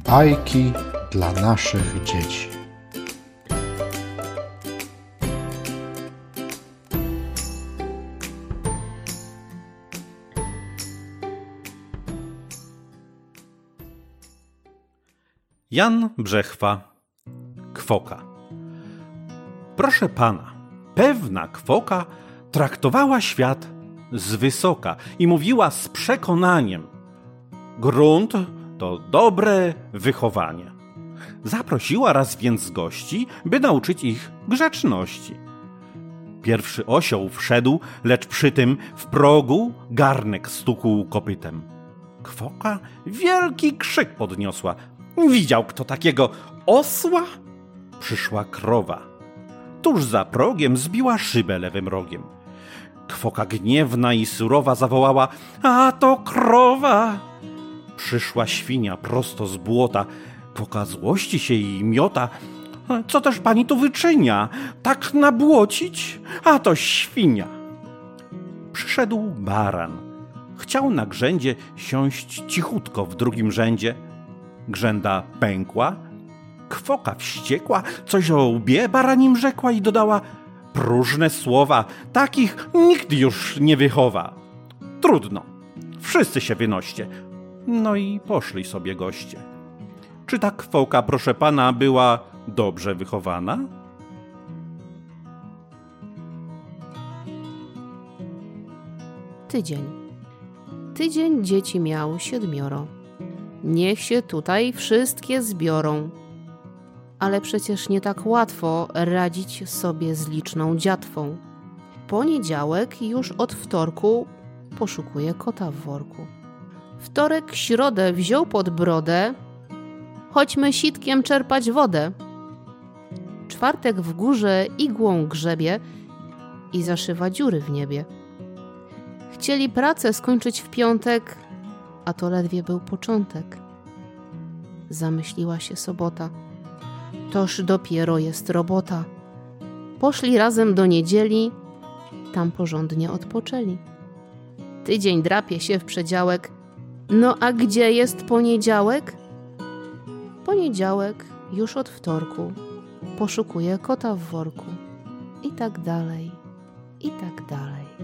Bajki dla naszych dzieci. Jan Brzechwa, Kwoka. Proszę pana, pewna kwoka traktowała świat z wysoka i mówiła z przekonaniem: grunt to dobre wychowanie. Zaprosiła raz więc gości, by nauczyć ich grzeczności. Pierwszy osioł wszedł, lecz przy tym w progu garnek stukł kopytem. Kwoka wielki krzyk podniosła. Widział kto takiego osła? Przyszła krowa. Tuż za progiem zbiła szybę lewym rogiem. Kwoka gniewna i surowa zawołała: a to krowa! Przyszła świnia prosto z błota. Kwoka złości się i miota. Co też pani tu wyczynia? Tak nabłocić? A to świnia! Przyszedł baran. Chciał na grzędzie siąść cichutko w drugim rzędzie. Grzęda pękła. Kwoka wściekła, coś o łbie baranim rzekła i dodała: próżne słowa, takich nikt już nie wychowa. Trudno, wszyscy się wynoście. No i poszli sobie goście. Czy ta kwoka, proszę pana, była dobrze wychowana? Tydzień dzieci miał 7. Niech się tutaj wszystkie zbiorą. Ale przecież nie tak łatwo radzić sobie z liczną dziatwą. Poniedziałek już od wtorku poszukuje kota w worku. Wtorek, środę wziął pod brodę, chodźmy sitkiem czerpać wodę. Czwartek w górze igłą grzebie i zaszywa dziury w niebie. Chcieli pracę skończyć w piątek, a to ledwie był początek. Zamyśliła się sobota. Toż dopiero jest robota. Poszli razem do niedzieli, tam porządnie odpoczęli. Tydzień drapie się w przedziałek. No a gdzie jest poniedziałek? Poniedziałek już od wtorku poszukuje kota w worku. I tak dalej, i tak dalej.